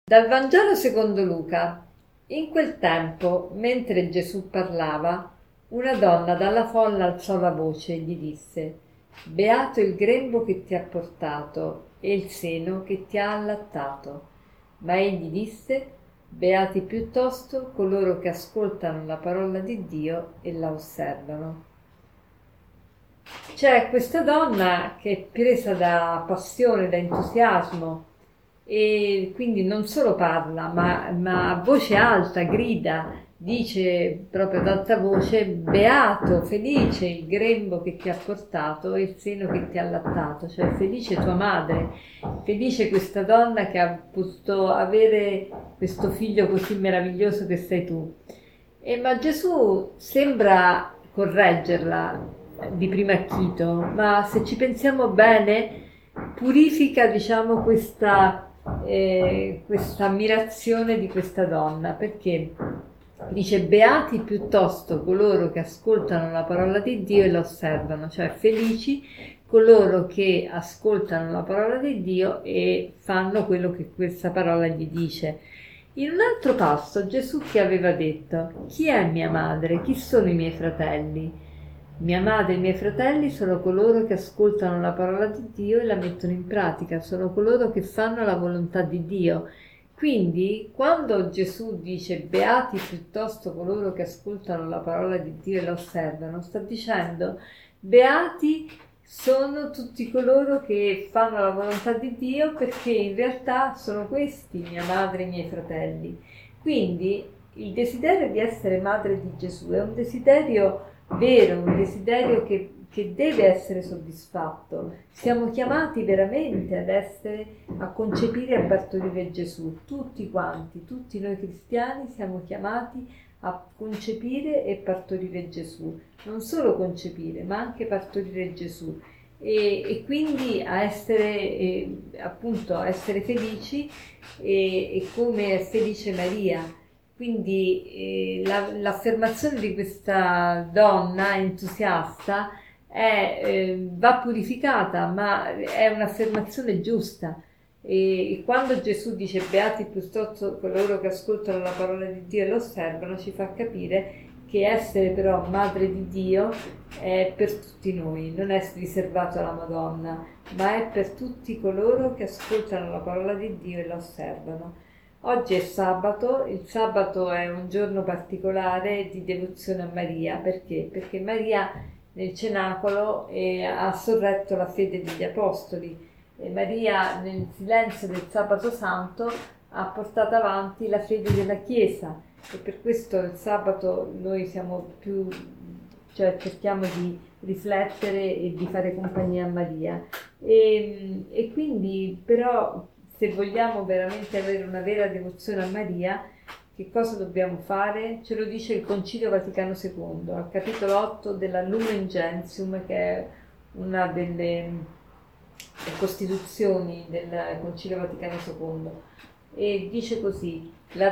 Dal Vangelo secondo Luca. In quel tempo, mentre Gesù parlava, una donna dalla folla alzò la voce e gli disse: Beato il grembo che ti ha portato e il seno che ti ha allattato. Ma egli disse: Beati piuttosto coloro che ascoltano la parola di Dio e la osservano. C'è questa donna che è presa da passione, da entusiasmo, e quindi non solo parla, ma a voce alta grida, dice proprio ad alta voce: Beato, felice il grembo che ti ha portato e il seno che ti ha allattato, cioè felice tua madre, felice questa donna che ha potuto avere questo figlio così meraviglioso che sei tu. Ma Gesù sembra correggerla di primo acchito, ma se ci pensiamo bene purifica, diciamo, questa ammirazione di questa donna, perché dice: beati piuttosto coloro che ascoltano la parola di Dio e la osservano, cioè felici coloro che ascoltano la parola di Dio e fanno quello che questa parola gli dice. In un altro passo Gesù che aveva detto: chi è mia madre? Chi sono i miei fratelli? Mia madre e i miei fratelli sono coloro che ascoltano la parola di Dio e la mettono in pratica, sono coloro che fanno la volontà di Dio. Quindi, quando Gesù dice beati piuttosto coloro che ascoltano la parola di Dio e la osservano, sta dicendo: beati sono tutti coloro che fanno la volontà di Dio, perché in realtà sono questi mia madre e i miei fratelli. Quindi il desiderio di essere madre di Gesù è un desiderio vero, un desiderio che deve essere soddisfatto. Siamo chiamati veramente a concepire e a partorire Gesù, tutti quanti, tutti noi cristiani siamo chiamati a concepire e partorire Gesù, non solo concepire ma anche partorire Gesù, e quindi a essere appunto a essere felici, e come è felice Maria. Quindi l'affermazione di questa donna entusiasta va purificata, ma è un'affermazione giusta. E quando Gesù dice beati piuttosto coloro che ascoltano la parola di Dio e lo osservano, ci fa capire che essere però madre di Dio è per tutti noi, non è riservato alla Madonna, ma è per tutti coloro che ascoltano la parola di Dio e la osservano. Oggi è sabato, il sabato è un giorno particolare di devozione a Maria. Perché? Perché Maria nel cenacolo ha sorretto la fede degli apostoli, e Maria nel silenzio del sabato santo ha portato avanti la fede della Chiesa, e per questo il sabato noi siamo più, cioè cerchiamo di riflettere e di fare compagnia a Maria, e quindi però se vogliamo veramente avere una vera devozione a Maria, che cosa dobbiamo fare? Ce lo dice il Concilio Vaticano II, al capitolo 8 della Lumen Gentium, che è una delle costituzioni del Concilio Vaticano II, e dice così: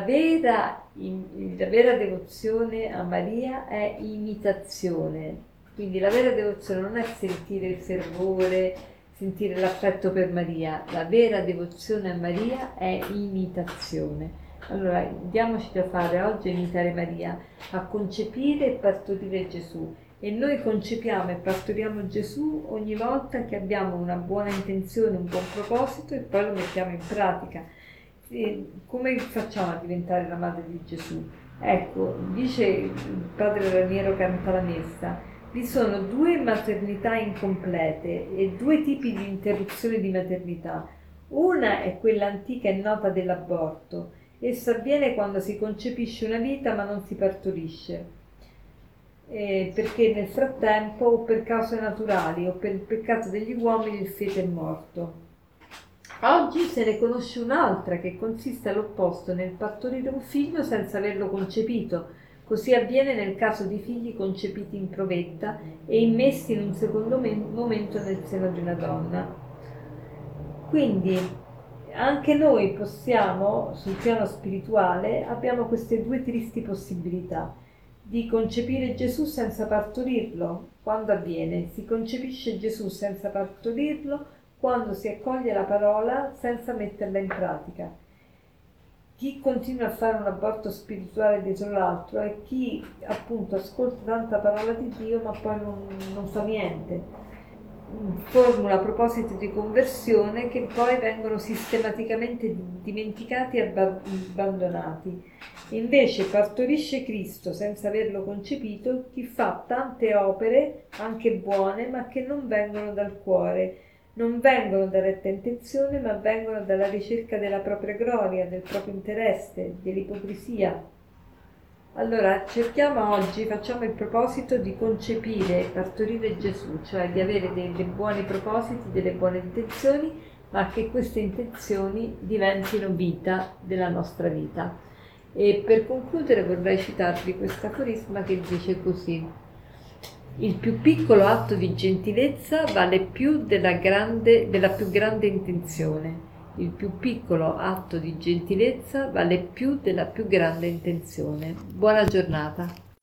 la vera devozione a Maria è imitazione. Quindi la vera devozione non è sentire il fervore, sentire l'affetto per Maria. La vera devozione a Maria è imitazione. Allora, diamoci da fare oggi a imitare Maria, a concepire e partorire Gesù. E noi concepiamo e partoriamo Gesù ogni volta che abbiamo una buona intenzione, un buon proposito, e poi lo mettiamo in pratica. E come facciamo a diventare la madre di Gesù? Ecco, dice il padre Raniero Cantalamessa: vi sono due maternità incomplete e due tipi di interruzione di maternità. Una è quella antica e nota dell'aborto. Esso avviene quando si concepisce una vita ma non si partorisce, perché nel frattempo, o per cause naturali o per il peccato degli uomini, il feto è morto. Oggi se ne conosce un'altra, che consiste all'opposto nel partorire un figlio senza averlo concepito. Così avviene nel caso di figli concepiti in provetta e immessi in un secondo momento nel seno di una donna. Quindi anche noi possiamo, sul piano spirituale, abbiamo queste due tristi possibilità: di concepire Gesù senza partorirlo. Quando avviene? Si concepisce Gesù senza partorirlo quando si accoglie la parola senza metterla in pratica. chi continua a fare un aborto spirituale dietro l'altro è chi appunto ascolta tanta parola di Dio ma poi non fa niente. Formula propositi di conversione che poi vengono sistematicamente dimenticati e abbandonati. Invece partorisce Cristo senza averlo concepito chi fa tante opere, anche buone, ma che non vengono dal cuore, non vengono da retta intenzione, ma vengono dalla ricerca della propria gloria, del proprio interesse, dell'ipocrisia. Allora, cerchiamo oggi, facciamo il proposito di concepire e partorire Gesù, cioè di avere dei buoni propositi, delle buone intenzioni, ma che queste intenzioni diventino vita della nostra vita. E per concludere vorrei citarvi questo aforisma che dice così: il più piccolo atto di gentilezza vale più della più grande intenzione. Il più piccolo atto di gentilezza vale più della più grande intenzione. Buona giornata.